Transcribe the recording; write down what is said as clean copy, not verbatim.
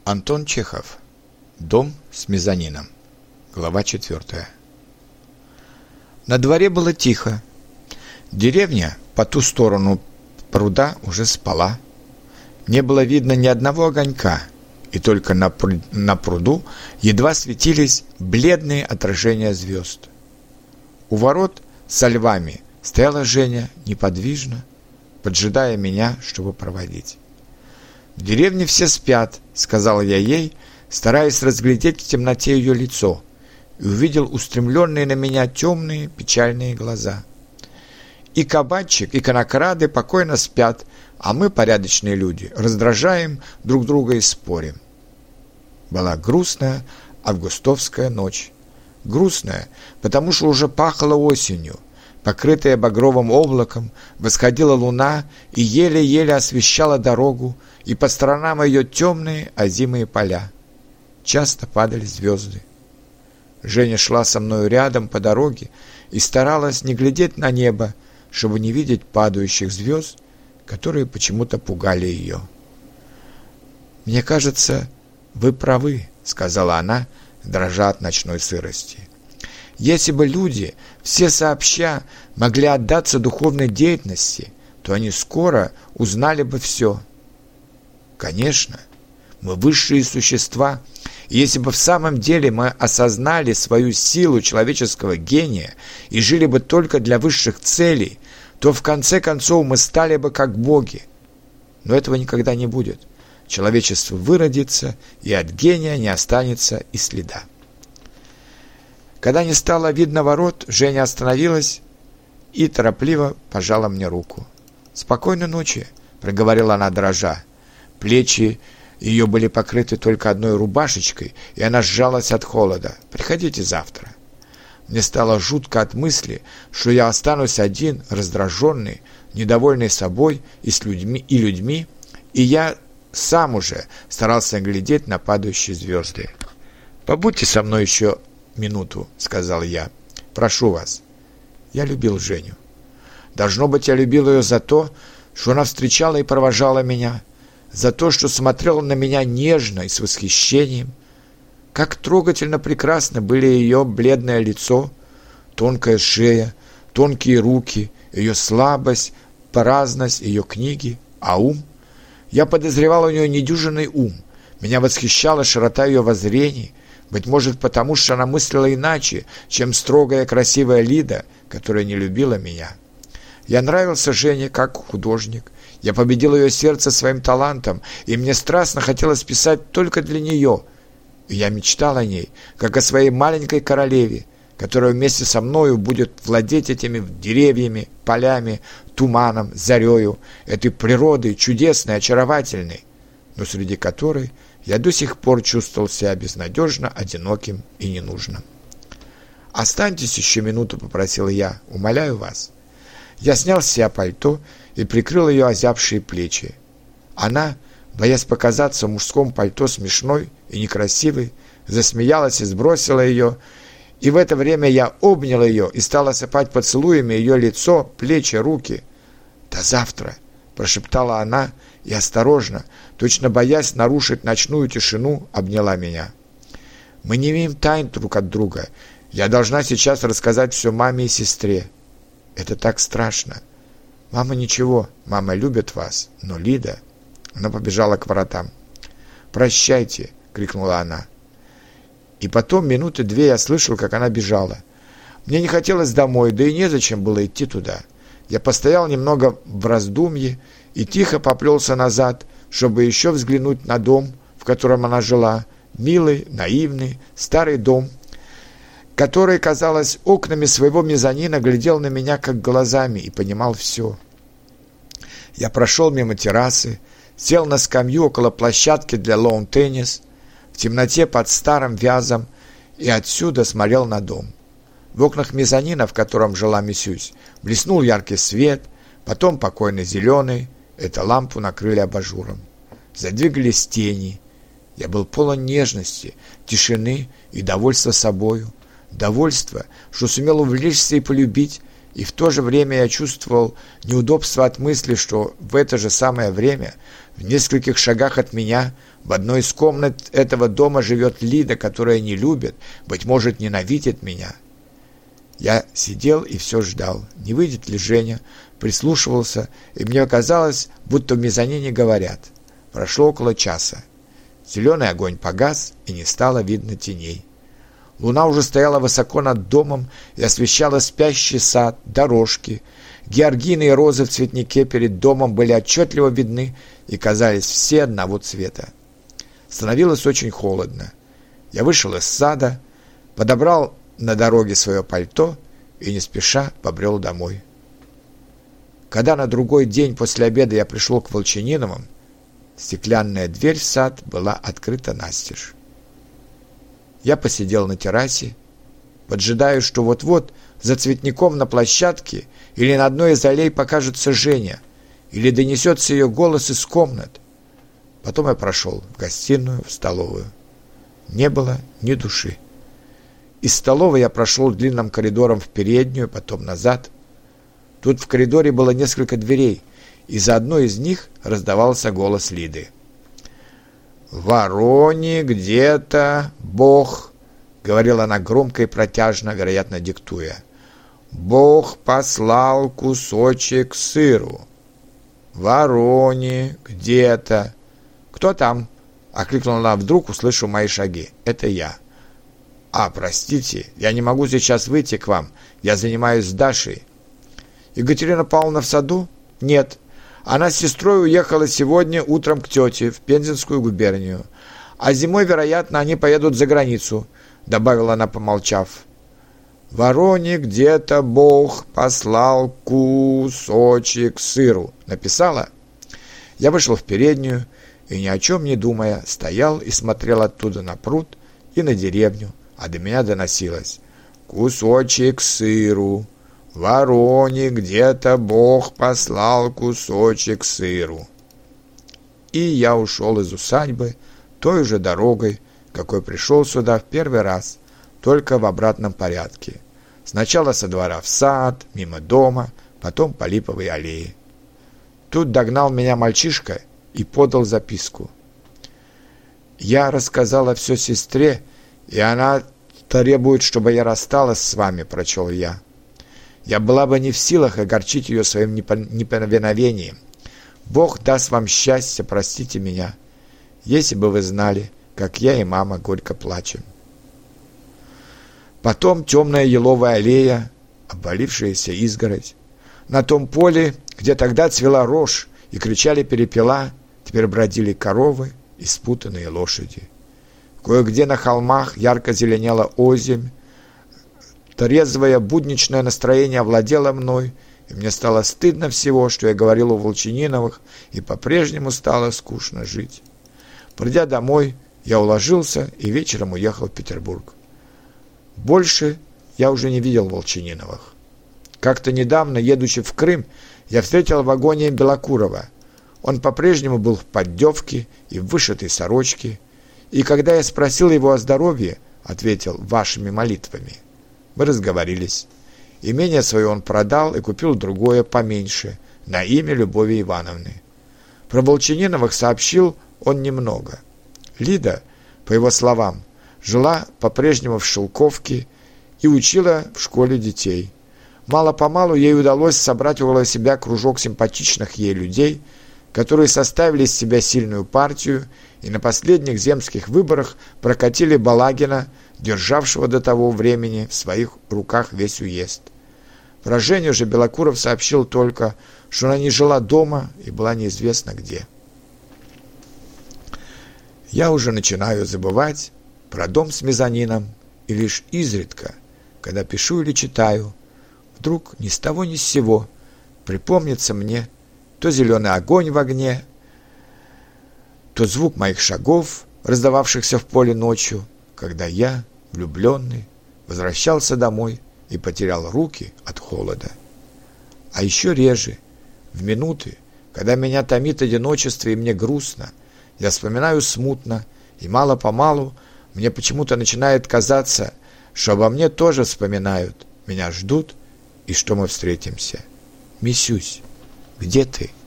Антон Чехов. Дом с мезонином. Глава 4. На дворе было тихо. Деревня по ту сторону пруда уже спала. Не было видно ни одного огонька, и только на пруду едва светились бледные отражения звезд. У ворот со львами стояла Женя неподвижно, поджидая меня, чтобы проводить. «В деревне все спят», — сказал я ей, стараясь разглядеть в темноте ее лицо, и увидел устремленные на меня темные печальные глаза. «И кабачик, и конокрады покойно спят, а мы, порядочные люди, раздражаем друг друга и спорим». Была грустная августовская ночь. Грустная, потому что уже пахло осенью. Покрытая багровым облаком, восходила луна и еле-еле освещала дорогу, и по сторонам ее темные озимые поля. Часто падали звезды. Женя шла со мною рядом по дороге и старалась не глядеть на небо, чтобы не видеть падающих звезд, которые почему-то пугали ее. «Мне кажется, вы правы», — сказала она, дрожа от ночной сырости. «Если бы люди, все сообща, могли отдаться духовной деятельности, то они скоро узнали бы все». Конечно, мы высшие существа, и если бы в самом деле мы осознали свою силу человеческого гения и жили бы только для высших целей, то в конце концов мы стали бы как боги. Но этого никогда не будет. Человечество выродится, и от гения не останется и следа. Когда не стало видно ворот, Женя остановилась и торопливо пожала мне руку. «Спокойной ночи», — проговорила она дрожа. Плечи ее были покрыты только одной рубашечкой, и она сжалась от холода. «Приходите завтра». Мне стало жутко от мысли, что я останусь один, раздраженный, недовольный собой и людьми, и я сам уже старался глядеть на падающие звезды. «Побудьте со мной еще минуту», — сказал я. «Прошу вас». Я любил Женю. Должно быть, я любил ее за то, что она встречала и провожала меня, за то, что смотрела на меня нежно и с восхищением. Как трогательно прекрасны были ее бледное лицо, тонкая шея, тонкие руки, ее слабость, праздность, ее книги, а ум. Я подозревал у нее недюжинный ум. Меня восхищала широта ее воззрений, быть может, потому что она мыслила иначе, чем строгая красивая Лида, которая не любила меня. Я нравился Жене как художник. Я победил ее сердце своим талантом, и мне страстно хотелось писать только для нее. И я мечтал о ней, как о своей маленькой королеве, которая вместе со мною будет владеть этими деревьями, полями, туманом, зарею, этой природой чудесной, очаровательной, но среди которой я до сих пор чувствовал себя безнадежно одиноким и ненужным. «Останьтесь еще минуту», — попросил я, — «умоляю вас». Я снял с себя пальто и прикрыл ее озябшие плечи. Она, боясь показаться в мужском пальто смешной и некрасивой, засмеялась и сбросила ее, и в это время я обнял ее и стал осыпать поцелуями ее лицо, плечи, руки. «До завтра», — прошептала она и осторожно, точно боясь нарушить ночную тишину, обняла меня. «Мы не имеем тайн друг от друга. Я должна сейчас рассказать все маме и сестре. Это так страшно. Мама ничего, мама любит вас, но Лида...» Она побежала к воротам. «Прощайте», — крикнула она. И потом минуты две я слышал, как она бежала. Мне не хотелось домой, да и незачем было идти туда. Я постоял немного в раздумье и тихо поплелся назад, чтобы еще взглянуть на дом, в котором она жила, милый, наивный, старый дом, который, казалось, окнами своего мезонина глядел на меня как глазами и понимал все. Я прошел мимо террасы, сел на скамью около площадки для лоун-теннис, в темноте под старым вязом, и отсюда смотрел на дом. В окнах мезонина, в котором жила Мисюсь, блеснул яркий свет, потом покойный зеленый, эту лампу накрыли абажуром. Задвигались тени. Я был полон нежности, тишины и довольства собою. Довольство, что сумел увлечься и полюбить, и в то же время я чувствовал неудобство от мысли, что в это же самое время В нескольких шагах от меня в одной из комнат этого дома живет Лида, которая не любит, быть может, ненавидит меня. Я сидел и все ждал, не выйдет ли Женя, прислушивался, и мне казалось, будто в мезонине говорят. Прошло около часа. Зеленый огонь погас, и не стало видно теней. Луна уже стояла высоко над домом и освещала спящий сад, дорожки. Георгины и розы в цветнике перед домом были отчетливо видны и казались все одного цвета. Становилось очень холодно. Я вышел из сада, подобрал на дороге свое пальто и не спеша побрел домой. Когда на другой день после обеда я пришел к Волчаниновым, стеклянная дверь в сад была открыта настежь. Я посидел на террасе, поджидая, что вот-вот за цветником на площадке или на одной из аллей покажется Женя, или донесется ее голос из комнат. Потом я прошел в гостиную, в столовую. Не было ни души. Из столовой я прошел длинным коридором в переднюю, потом назад. Тут в коридоре было несколько дверей, и за одной из них раздавался голос Лиды. «В Вороне где-то Бог», — говорила она громко и протяжно, вероятно, диктуя. «Бог послал кусочек сыру. В Вороне где-то». «Кто там?» — окликнула она вдруг, услышав мои шаги. «Это я». «А, простите, я не могу сейчас выйти к вам. Я занимаюсь с Дашей». «Екатерина Павловна в саду?» «Нет. Она с сестрой уехала сегодня утром к тете в Пензенскую губернию. А зимой, вероятно, они поедут за границу», — добавила она, помолчав. «В Вороне где-то Бог послал кусочек сыру». Написала? Я вышел в переднюю и, ни о чем не думая, стоял и смотрел оттуда на пруд и на деревню, а до меня доносилось: «Кусочек сыру. В Вороне где-то Бог послал кусочек сыру». И я ушел из усадьбы той же дорогой, какой пришел сюда в первый раз, только в обратном порядке. Сначала со двора в сад, мимо дома, потом по Липовой аллее. Тут догнал меня мальчишка и подал записку. «Я рассказала все сестре, и она требует, чтобы я рассталась с вами», — прочел я. «Я была бы не в силах огорчить ее своим неповиновением. Бог даст вам счастье, простите меня. Если бы вы знали, как я и мама горько плачем». Потом темная еловая аллея, обвалившаяся изгородь. На том поле, где тогда цвела рожь и кричали перепела, теперь бродили коровы и спутанные лошади. Кое-где на холмах ярко зеленела озимь. Трезвое будничное настроение овладело мной, и мне стало стыдно всего, что я говорил у Волчаниновых, и по-прежнему стало скучно жить. Придя домой, я уложился и вечером уехал в Петербург. Больше я уже не видел Волчаниновых. Как-то недавно, едучи в Крым, я встретил в вагоне Белокурова. Он по-прежнему был в поддевке и в вышитой сорочке, и когда я спросил его о здоровье, ответил: «Вашими молитвами». Мы разговорились. Имение свое он продал и купил другое поменьше, на имя Любови Ивановны. Про Волчаниновых сообщил он немного. Лида, по его словам, жила по-прежнему в Шелковке и учила в школе детей. Мало-помалу ей удалось собрать около себя кружок симпатичных ей людей, которые составили из себя сильную партию и на последних земских выборах прокатили Балагина, державшего до того времени в своих руках весь уезд. Про Женю же Белокуров сообщил только, что она не жила дома и была неизвестно где. Я уже начинаю забывать про дом с мезонином, и лишь изредка, когда пишу или читаю, вдруг ни с того ни с сего припомнится мне то зеленый огонь в огне, то звук моих шагов, раздававшихся в поле ночью, когда я, влюбленный, возвращался домой и потерял руки от холода. А еще реже, в минуты, когда меня томит одиночество и мне грустно, я вспоминаю смутно, и мало-помалу мне почему-то начинает казаться, что обо мне тоже вспоминают, меня ждут, и что мы встретимся. Мисюсь, где ты?